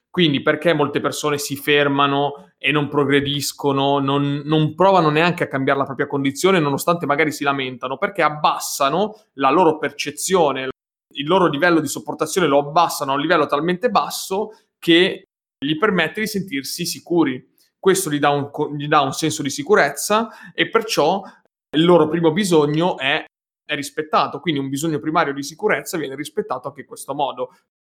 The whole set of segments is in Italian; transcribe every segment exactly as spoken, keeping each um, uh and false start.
Quindi perché molte persone si fermano e non progrediscono, non, non provano neanche a cambiare la propria condizione, nonostante magari si lamentano? Perché abbassano la loro percezione, il loro livello di sopportazione lo abbassano a un livello talmente basso che gli permette di sentirsi sicuri. Questo gli dà un, gli dà un senso di sicurezza e perciò il loro primo bisogno è, è rispettato. Quindi un bisogno primario di sicurezza viene rispettato anche in questo modo.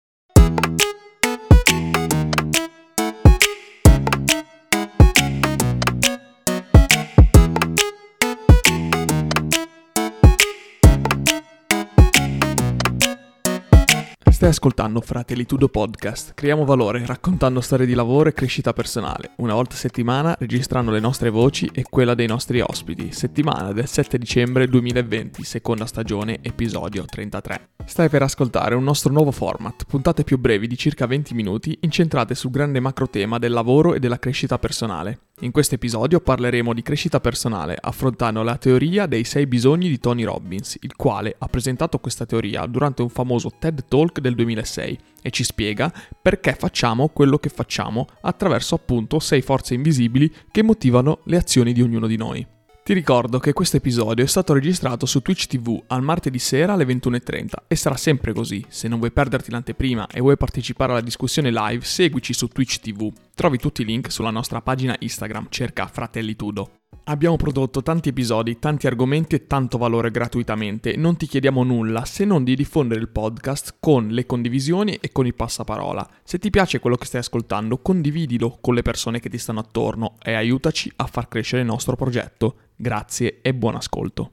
Stai ascoltando Fratelli Tudo Podcast. Creiamo valore raccontando storie di lavoro e crescita personale, una volta a settimana registrando le nostre voci e quella dei nostri ospiti. Settimana del sette dicembre duemilaventi, seconda stagione, episodio trentatré. Stai per ascoltare un nostro nuovo format, puntate più brevi di circa venti minuti incentrate sul grande macro tema del lavoro e della crescita personale. In questo episodio parleremo di crescita personale, affrontando la teoria dei sei bisogni di Tony Robbins, il quale ha presentato questa teoria durante un famoso TED Talk del duemilasei e ci spiega perché facciamo quello che facciamo attraverso appunto sei forze invisibili che motivano le azioni di ognuno di noi. Ti ricordo che questo episodio è stato registrato su Twitch ti vu al martedì sera alle ventuno e trenta e sarà sempre così. Se non vuoi perderti l'anteprima e vuoi partecipare alla discussione live, seguici su Twitch ti vu. Trovi tutti i link sulla nostra pagina Instagram, cerca Fratelli Tudo. Abbiamo prodotto tanti episodi, tanti argomenti e tanto valore gratuitamente. Non ti chiediamo nulla se non di diffondere il podcast con le condivisioni e con il passaparola. Se ti piace quello che stai ascoltando, condividilo con le persone che ti stanno attorno e aiutaci a far crescere il nostro progetto. Grazie e buon ascolto.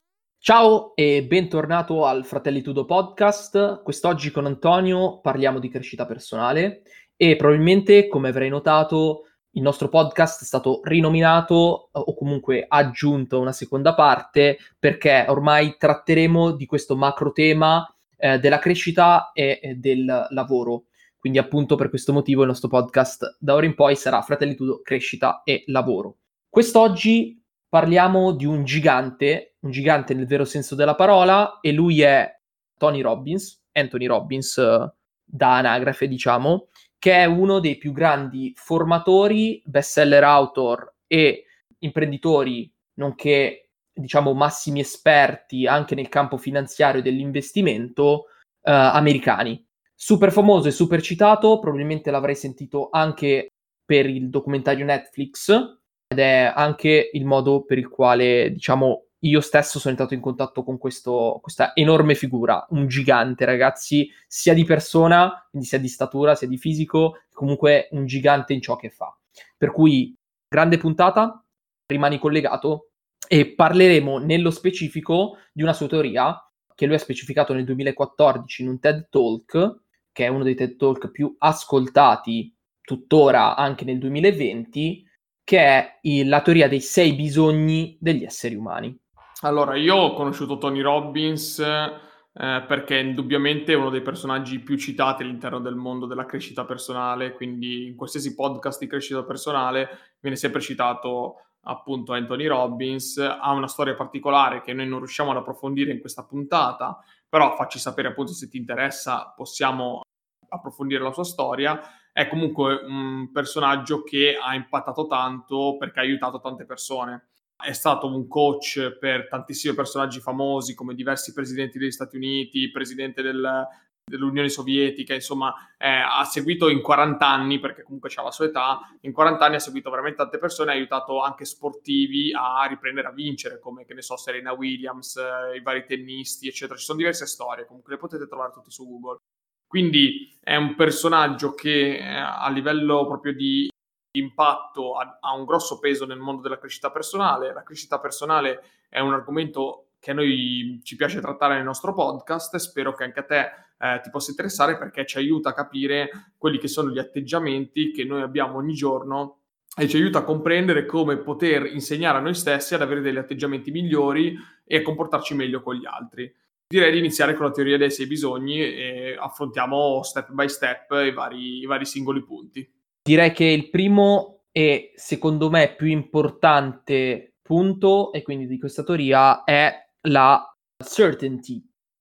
Ciao e bentornato al Fratelli Tudo Podcast. Quest'oggi con Antonio parliamo di crescita personale e probabilmente, come avrai notato, il nostro podcast è stato rinominato o comunque aggiunto a una seconda parte perché ormai tratteremo di questo macro tema eh, della crescita e, e del lavoro. Quindi appunto per questo motivo il nostro podcast da ora in poi sarà Fratelli Tudo Crescita e Lavoro. Quest'oggi parliamo di un gigante, un gigante nel vero senso della parola, e lui è Tony Robbins, Anthony Robbins eh, da anagrafe diciamo, che è uno dei più grandi formatori, bestseller author e imprenditori, nonché diciamo massimi esperti anche nel campo finanziario e dell'investimento eh, americani. Super famoso e super citato, probabilmente l'avrai sentito anche per il documentario Netflix, ed è anche il modo per il quale, diciamo, io stesso sono entrato in contatto con questo, questa enorme figura, un gigante, ragazzi, sia di persona, quindi sia di statura, sia di fisico, comunque un gigante in ciò che fa. Per cui, grande puntata, rimani collegato e parleremo nello specifico di una sua teoria che lui ha specificato nel duemilaquattordici in un TED Talk, che è uno dei TED Talk più ascoltati tuttora anche nel duemilaventi, che è il, la teoria dei sei bisogni degli esseri umani. Allora, io ho conosciuto Tony Robbins eh, perché indubbiamente è uno dei personaggi più citati all'interno del mondo della crescita personale, quindi in qualsiasi podcast di crescita personale viene sempre citato appunto Anthony Robbins. Ha una storia particolare che noi non riusciamo ad approfondire in questa puntata, però facci sapere appunto se ti interessa, possiamo approfondire la sua storia. È comunque un personaggio che ha impattato tanto perché ha aiutato tante persone. È stato un coach per tantissimi personaggi famosi come diversi presidenti degli Stati Uniti, presidente del, dell'Unione Sovietica, insomma eh, ha seguito in quaranta anni, perché comunque c'ha la sua età, in quaranta anni ha seguito veramente tante persone, ha aiutato anche sportivi a riprendere a vincere, come che ne so Serena Williams, eh, i vari tennisti eccetera. Ci sono diverse storie, comunque le potete trovare tutte su Google. Quindi è un personaggio che eh, a livello proprio di impatto ha, ha un grosso peso nel mondo della crescita personale. La crescita personale è un argomento che a noi ci piace trattare nel nostro podcast e spero che anche a te eh, ti possa interessare, perché ci aiuta a capire quelli che sono gli atteggiamenti che noi abbiamo ogni giorno e ci aiuta a comprendere come poter insegnare a noi stessi ad avere degli atteggiamenti migliori e a comportarci meglio con gli altri. Direi di iniziare con la teoria dei sei bisogni e affrontiamo step by step i vari, i vari singoli punti. Direi che il primo e secondo me più importante punto, e quindi di questa teoria, è la certainty.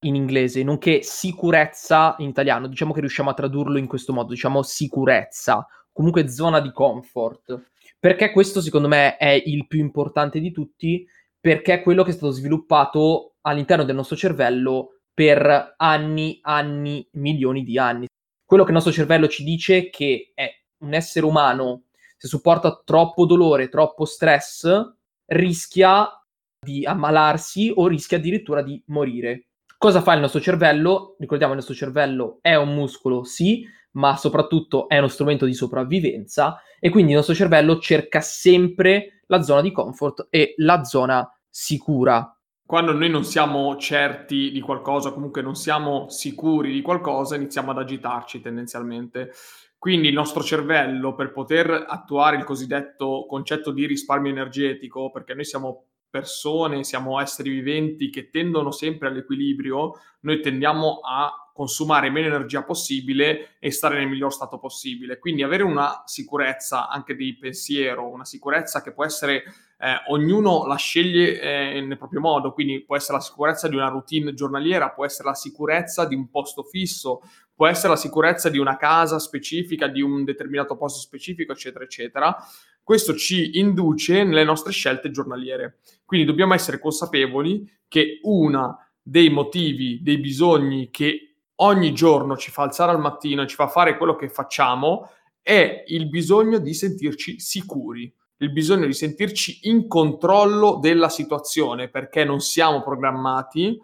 in inglese, nonché sicurezza in italiano. Diciamo che riusciamo a tradurlo in questo modo, diciamo sicurezza, comunque zona di comfort. Perché questo secondo me è il più importante di tutti, perché è quello che è stato sviluppato all'interno del nostro cervello per anni, anni, milioni di anni. Quello che il nostro cervello ci dice che è un essere umano, se sopporta troppo dolore, troppo stress, rischia di ammalarsi o rischia addirittura di morire. Cosa fa il nostro cervello? Ricordiamo, il nostro cervello è un muscolo, sì, ma soprattutto è uno strumento di sopravvivenza, e quindi il nostro cervello cerca sempre la zona di comfort e la zona sicura. Quando noi non siamo certi di qualcosa, comunque non siamo sicuri di qualcosa, iniziamo ad agitarci tendenzialmente. Quindi il nostro cervello, per poter attuare il cosiddetto concetto di risparmio energetico, perché noi siamo persone, siamo esseri viventi che tendono sempre all'equilibrio, noi tendiamo a consumare meno energia possibile e stare nel miglior stato possibile. Quindi avere una sicurezza anche di pensiero, una sicurezza che può essere eh, ognuno la sceglie eh, nel proprio modo, quindi può essere la sicurezza di una routine giornaliera, può essere la sicurezza di un posto fisso, può essere la sicurezza di una casa specifica, di un determinato posto specifico, eccetera, eccetera. Questo ci induce nelle nostre scelte giornaliere. Quindi dobbiamo essere consapevoli che uno dei motivi, dei bisogni che ogni giorno ci fa alzare al mattino e ci fa fare quello che facciamo è il bisogno di sentirci sicuri, il bisogno di sentirci in controllo della situazione, perché non siamo programmati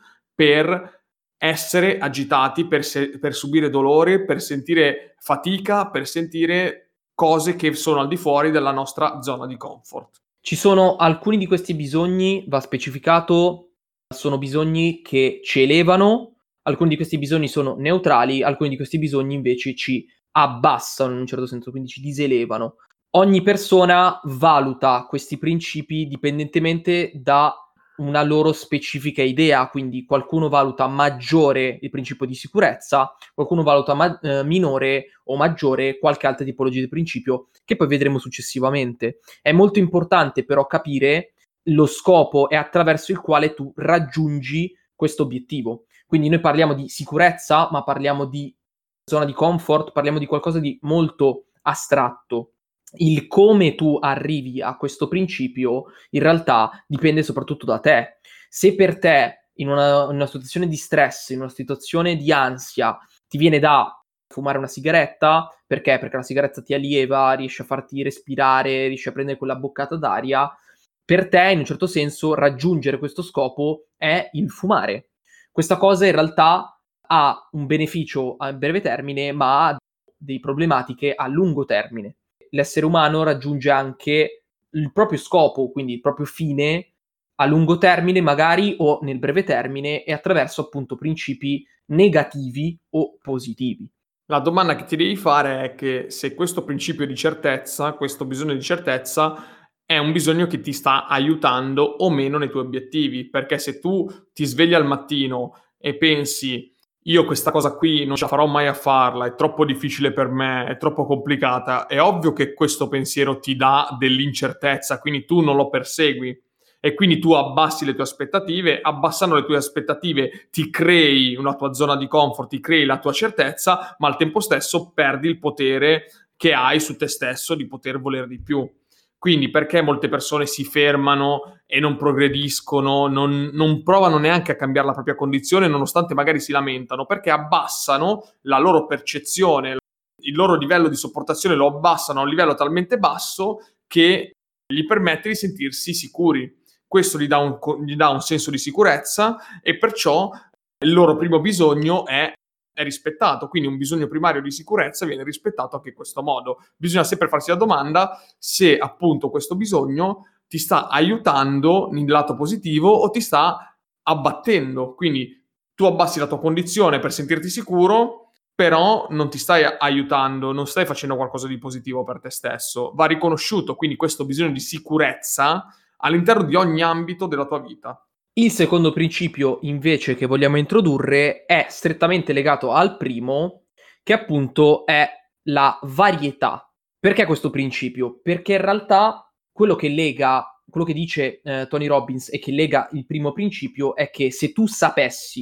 per essere agitati, per, se- per subire dolore, per sentire fatica, per sentire cose che sono al di fuori della nostra zona di comfort. Ci sono alcuni di questi bisogni, va specificato, sono bisogni che ci elevano, alcuni di questi bisogni sono neutrali, alcuni di questi bisogni invece ci abbassano in un certo senso, quindi ci diselevano. Ogni persona valuta questi principi dipendentemente da una loro specifica idea, quindi qualcuno valuta maggiore il principio di sicurezza, qualcuno valuta ma- eh, minore o maggiore qualche altra tipologia di principio, che poi vedremo successivamente. È molto importante però capire lo scopo e attraverso il quale tu raggiungi questo obiettivo. Quindi noi parliamo di sicurezza, ma parliamo di zona di comfort, parliamo di qualcosa di molto astratto. Il come tu arrivi a questo principio in realtà dipende soprattutto da te. Se per te in una, in una situazione di stress, in una situazione di ansia, ti viene da fumare una sigaretta, perché? Perché la sigaretta ti allieva, riesce a farti respirare, riesce a prendere quella boccata d'aria, per te in un certo senso raggiungere questo scopo è il fumare. Questa cosa in realtà ha un beneficio a breve termine, ma ha delle problematiche a lungo termine. L'essere umano raggiunge anche il proprio scopo, quindi il proprio fine, a lungo termine magari o nel breve termine, e attraverso appunto principi negativi o positivi. La domanda che ti devi fare è che se questo principio di certezza, questo bisogno di certezza, è un bisogno che ti sta aiutando o meno nei tuoi obiettivi, perché se tu ti svegli al mattino e pensi io questa cosa qui non ce la farò mai a farla, è troppo difficile per me, è troppo complicata, è ovvio che questo pensiero ti dà dell'incertezza, quindi tu non lo persegui e quindi tu abbassi le tue aspettative, abbassando le tue aspettative ti crei una tua zona di comfort, ti crei la tua certezza, ma al tempo stesso perdi il potere che hai su te stesso di poter volere di più. Quindi perché molte persone si fermano e non progrediscono, non, non provano neanche a cambiare la propria condizione, nonostante magari si lamentano? Perché abbassano la loro percezione, il loro livello di sopportazione lo abbassano a un livello talmente basso che gli permette di sentirsi sicuri. Questo gli dà un, gli dà un senso di sicurezza e perciò il loro primo bisogno è è rispettato, quindi un bisogno primario di sicurezza viene rispettato anche in questo modo. Bisogna sempre farsi la domanda se appunto questo bisogno ti sta aiutando nel lato positivo o ti sta abbattendo. Quindi tu abbassi la tua condizione per sentirti sicuro, però non ti stai aiutando, non stai facendo qualcosa di positivo per te stesso. Va riconosciuto quindi questo bisogno di sicurezza all'interno di ogni ambito della tua vita. Il secondo principio invece che vogliamo introdurre è strettamente legato al primo, che appunto è la varietà. Perché questo principio? Perché in realtà quello che lega, quello che dice eh, Tony Robbins e che lega il primo principio è che se tu sapessi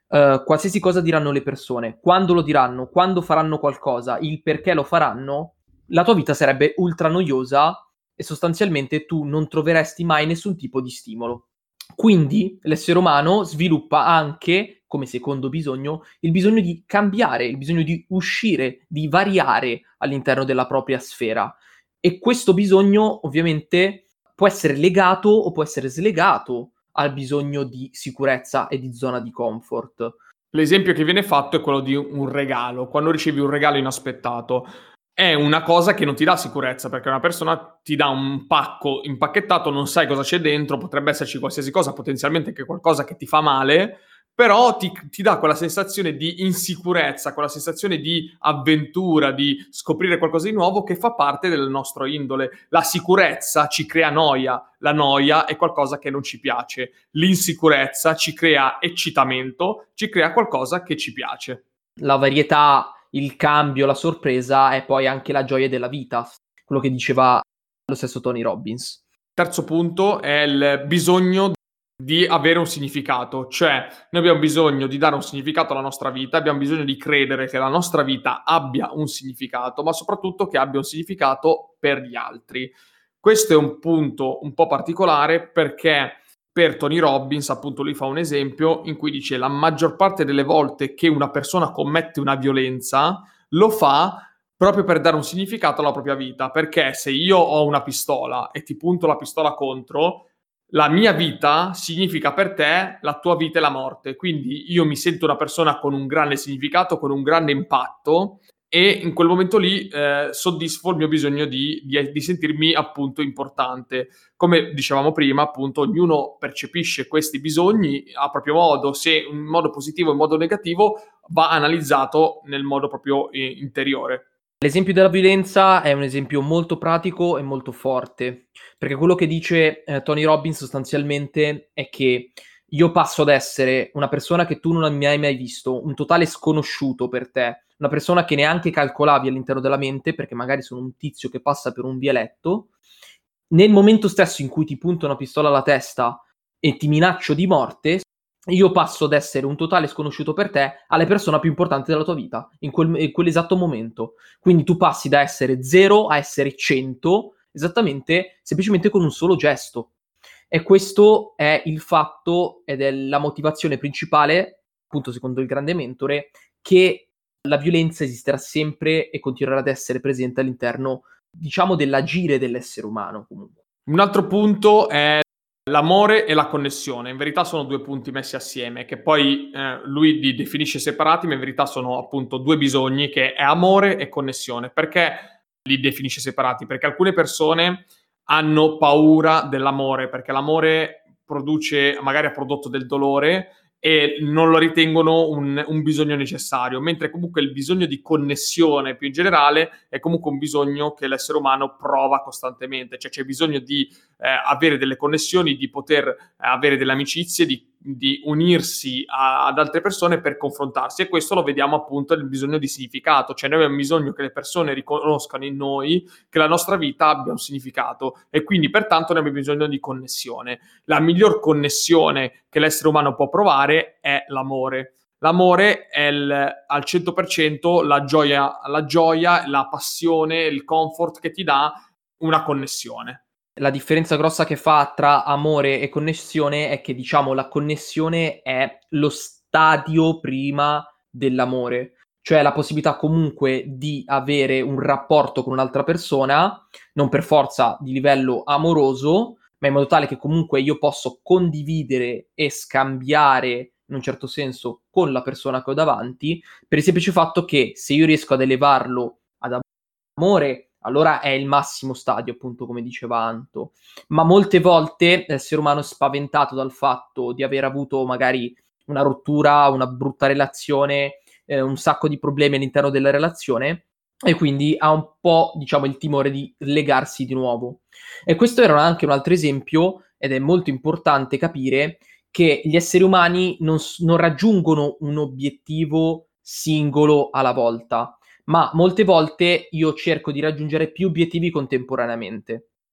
uh, qualsiasi cosa diranno le persone, quando lo diranno, quando faranno qualcosa, il perché lo faranno, la tua vita sarebbe ultra noiosa e sostanzialmente tu non troveresti mai nessun tipo di stimolo. Quindi l'essere umano sviluppa anche, come secondo bisogno, il bisogno di cambiare, il bisogno di uscire, di variare all'interno della propria sfera. E questo bisogno ovviamente può essere legato o può essere slegato al bisogno di sicurezza e di zona di comfort. L'esempio che viene fatto è quello di un regalo. Quando ricevi un regalo inaspettato, è una cosa che non ti dà sicurezza, perché una persona ti dà un pacco impacchettato, non sai cosa c'è dentro, potrebbe esserci qualsiasi cosa, potenzialmente anche qualcosa che ti fa male, però ti, ti dà quella sensazione di insicurezza, quella sensazione di avventura, di scoprire qualcosa di nuovo che fa parte del nostro indole. La sicurezza ci crea noia, la noia è qualcosa che non ci piace, l'insicurezza ci crea eccitamento, ci crea qualcosa che ci piace. La varietà, il cambio, la sorpresa è poi anche la gioia della vita, quello che diceva lo stesso Tony Robbins. Terzo punto è il bisogno di avere un significato, cioè noi abbiamo bisogno di dare un significato alla nostra vita, abbiamo bisogno di credere che la nostra vita abbia un significato, ma soprattutto che abbia un significato per gli altri. Questo è un punto un po' particolare perché per Tony Robbins, appunto, lui fa un esempio in cui dice la maggior parte delle volte che una persona commette una violenza lo fa proprio per dare un significato alla propria vita, perché se io ho una pistola e ti punto la pistola contro, la mia vita significa per te la tua vita e la morte, quindi io mi sento una persona con un grande significato, con un grande impatto e in quel momento lì eh, soddisfo il mio bisogno di, di, di sentirmi appunto importante. Come dicevamo prima, appunto, ognuno percepisce questi bisogni a proprio modo, se in modo positivo o in modo negativo va analizzato nel modo proprio eh, interiore. L'esempio della violenza è un esempio molto pratico e molto forte, perché quello che dice eh, Tony Robbins sostanzialmente è che io passo ad essere una persona che tu non mi hai mai visto, un totale sconosciuto per te, una persona che neanche calcolavi all'interno della mente, perché magari sono un tizio che passa per un vialetto, nel momento stesso in cui ti punto una pistola alla testa e ti minaccio di morte, io passo ad essere un totale sconosciuto per te alla persona più importante della tua vita, in, quel, in quell'esatto momento. Quindi tu passi da essere zero a essere cento, esattamente, semplicemente con un solo gesto. E questo è il fatto ed è la motivazione principale, appunto secondo il grande mentore, che la violenza esisterà sempre e continuerà ad essere presente all'interno, diciamo, dell'agire dell'essere umano comunque. Un altro punto è l'amore e la connessione. In verità sono due punti messi assieme, che poi eh, lui li definisce separati, ma in verità sono appunto due bisogni, che è amore e connessione. Perché li definisce separati? Perché alcune persone hanno paura dell'amore, perché l'amore produce, magari ha prodotto del dolore e non lo ritengono un, un bisogno necessario, mentre comunque il bisogno di connessione più in generale è comunque un bisogno che l'essere umano prova costantemente, cioè c'è bisogno di eh, avere delle connessioni, di poter eh, avere delle amicizie, di, di unirsi a, ad altre persone per confrontarsi, e questo lo vediamo appunto nel bisogno di significato, cioè noi abbiamo bisogno che le persone riconoscano in noi che la nostra vita abbia un significato e quindi pertanto ne abbiamo bisogno di connessione. La miglior connessione che l'essere umano può provare è l'amore. L'amore è il, al cento per cento la gioia, la gioia, la passione, il comfort che ti dà una connessione. La differenza grossa che fa tra amore e connessione è che, diciamo, la connessione è lo stadio prima dell'amore, cioè la possibilità comunque di avere un rapporto con un'altra persona, non per forza di livello amoroso, ma in modo tale che comunque io posso condividere e scambiare in un certo senso con la persona che ho davanti, per il semplice fatto che se io riesco ad elevarlo ad amore, allora è il massimo stadio, appunto, come diceva Anto. Ma molte volte l'essere umano è spaventato dal fatto di aver avuto magari una rottura, una brutta relazione, eh, un sacco di problemi all'interno della relazione, e quindi ha un po', diciamo, il timore di legarsi di nuovo. E questo era anche un altro esempio, ed è molto importante capire che gli esseri umani non, non raggiungono un obiettivo singolo alla volta, ma molte volte io cerco di raggiungere più obiettivi contemporaneamente.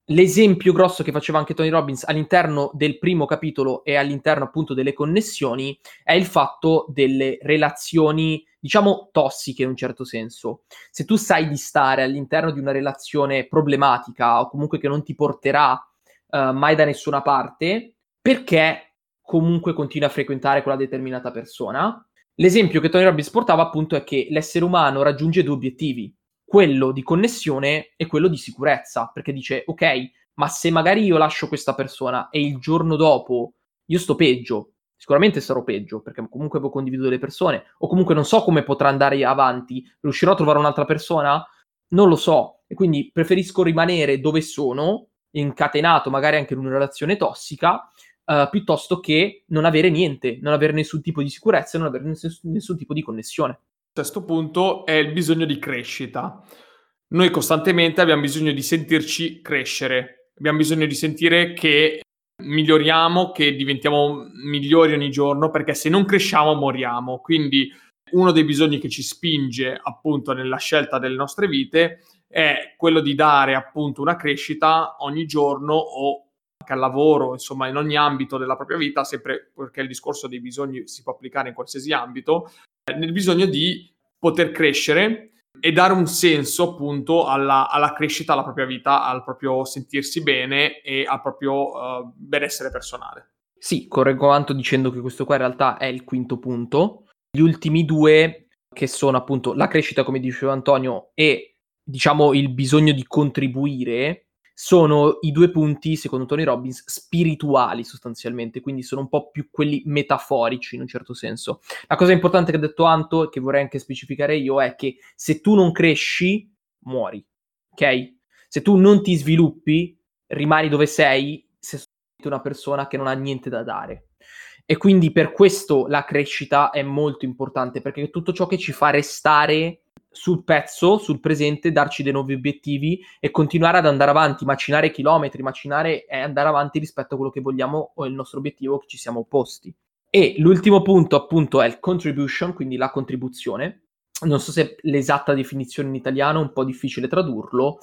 l'esempio grosso che faceva anche Tony Robbins all'interno del primo capitolo e all'interno appunto delle connessioni è il fatto delle relazioni, diciamo, tossiche in un certo senso. Se tu sai di stare all'interno di una relazione problematica o comunque che non ti porterà uh, mai da nessuna parte, perché comunque continui a frequentare quella determinata persona? L'esempio che Tony Robbins portava appunto è che l'essere umano raggiunge due obiettivi, quello di connessione e quello di sicurezza, perché dice, ok, ma se magari io lascio questa persona e il giorno dopo io sto peggio, sicuramente sarò peggio, perché comunque avevo condiviso delle persone, o comunque non so come potrà andare avanti, riuscirò a trovare un'altra persona? Non lo so, e quindi preferisco rimanere dove sono, incatenato magari anche in una relazione tossica, Uh, piuttosto che non avere niente, non avere nessun tipo di sicurezza e non avere nessun, nessun tipo di connessione. Il sesto punto è il bisogno di crescita. Noi costantemente abbiamo bisogno di sentirci crescere, abbiamo bisogno di sentire che miglioriamo, che diventiamo migliori ogni giorno, perché se non cresciamo moriamo. Quindi uno dei bisogni che ci spinge appunto nella scelta delle nostre vite è quello di dare appunto una crescita ogni giorno o al lavoro, insomma in ogni ambito della propria vita, sempre perché il discorso dei bisogni si può applicare in qualsiasi ambito, nel bisogno di poter crescere e dare un senso appunto alla, alla crescita, alla propria vita, al proprio sentirsi bene e al proprio uh, benessere personale. Sì, correggo quanto dicendo che questo qua in realtà è il quinto punto. Gli ultimi due, che sono appunto la crescita, come diceva Antonio, e diciamo il bisogno di contribuire, sono i due punti, secondo Tony Robbins, spirituali sostanzialmente, quindi sono un po' più quelli metaforici in un certo senso. La cosa importante che ha detto Anto, e che vorrei anche specificare io, è che se tu non cresci, muori, ok? Se tu non ti sviluppi, rimani dove sei, se sei una persona che non ha niente da dare. E quindi per questo la crescita è molto importante, perché è tutto ciò che ci fa restare sul pezzo, sul presente, darci dei nuovi obiettivi e continuare ad andare avanti, macinare chilometri, macinare e andare avanti rispetto a quello che vogliamo o il nostro obiettivo che ci siamo opposti. E l'ultimo punto appunto è il contribution, quindi la contribuzione. Non so se l'esatta definizione in italiano, è un po' difficile tradurlo,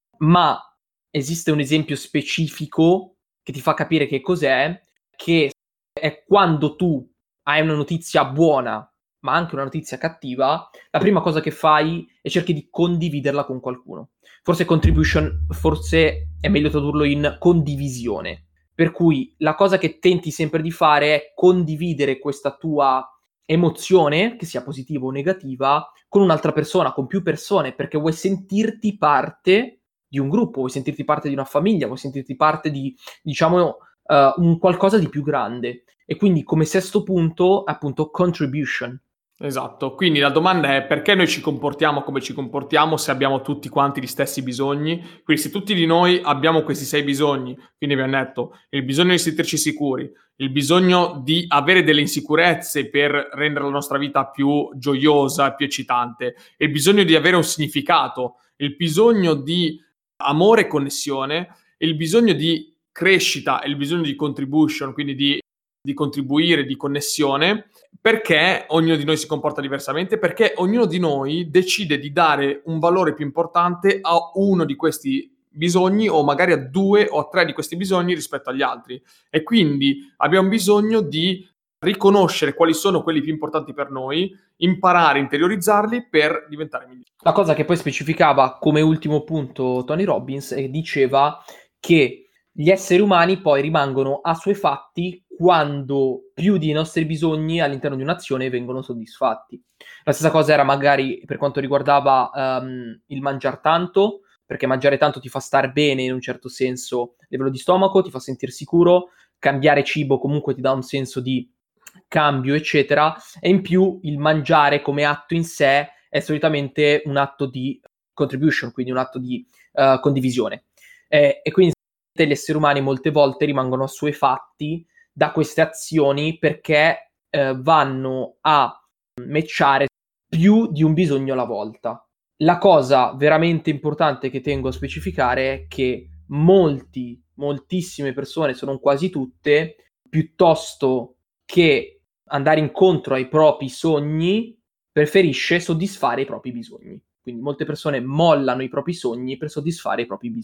ma esiste un esempio specifico che ti fa capire che cos'è, che è quando tu hai una notizia buona ma anche una notizia cattiva, la prima cosa che fai è cerchi di condividerla con qualcuno. Forse contribution, forse è meglio tradurlo in condivisione. Per cui la cosa che tenti sempre di fare è condividere questa tua emozione, che sia positiva o negativa, con un'altra persona, con più persone, perché vuoi sentirti parte di un gruppo, vuoi sentirti parte di una famiglia, vuoi sentirti parte di, diciamo, uh, un qualcosa di più grande. E quindi come sesto punto, appunto, contribution. Esatto, quindi la domanda è perché noi ci comportiamo come ci comportiamo se abbiamo tutti quanti gli stessi bisogni? Quindi se tutti di noi abbiamo questi sei bisogni, quindi abbiamo detto il bisogno di sentirci sicuri, il bisogno di avere delle insicurezze per rendere la nostra vita più gioiosa, più eccitante, il bisogno di avere un significato, il bisogno di amore e connessione, il bisogno di crescita e il bisogno di contribution, quindi di di contribuire, di connessione, perché ognuno di noi si comporta diversamente, perché ognuno di noi decide di dare un valore più importante a uno di questi bisogni o magari a due o a tre di questi bisogni rispetto agli altri. E quindi abbiamo bisogno di riconoscere quali sono quelli più importanti per noi, imparare, interiorizzarli per diventare migliori. La cosa che poi specificava come ultimo punto Tony Robbins e diceva che gli esseri umani poi rimangono assuefatti quando più dei nostri bisogni all'interno di un'azione vengono soddisfatti. La stessa cosa era magari per quanto riguardava um, il mangiare tanto, perché mangiare tanto ti fa stare bene in un certo senso a livello di stomaco, ti fa sentire sicuro, cambiare cibo comunque ti dà un senso di cambio, eccetera, e in più il mangiare come atto in sé è solitamente un atto di contribution, quindi un atto di uh, condivisione. Eh, e quindi gli esseri umani molte volte rimangono assuefatti da queste azioni perché eh, vanno a matchare più di un bisogno alla volta. La cosa veramente importante che tengo a specificare è che molti, moltissime persone, se non quasi tutte, piuttosto che andare incontro ai propri sogni, preferisce soddisfare i propri bisogni. Quindi molte persone mollano i propri sogni per soddisfare i propri bisogni.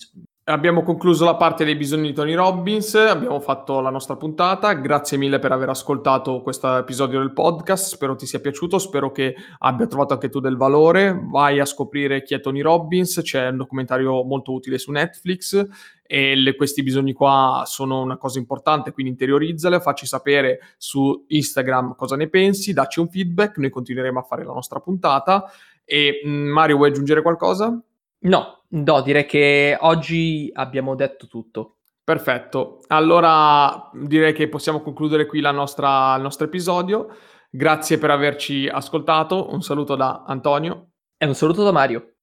Abbiamo concluso la parte dei bisogni di Tony Robbins, abbiamo fatto la nostra puntata. Grazie mille per aver ascoltato questo episodio del podcast, spero ti sia piaciuto, spero che abbia trovato anche tu del valore. Vai a scoprire chi è Tony Robbins, c'è un documentario molto utile su Netflix e le, questi bisogni qua sono una cosa importante, quindi interiorizzale, facci sapere su Instagram cosa ne pensi, dacci un feedback, noi continueremo a fare la nostra puntata. E Mario, vuoi aggiungere qualcosa? No, no, direi che oggi abbiamo detto tutto. Perfetto, allora direi che possiamo concludere qui la nostra, il nostro episodio. Grazie per averci ascoltato, un saluto da Antonio E un saluto da Mario.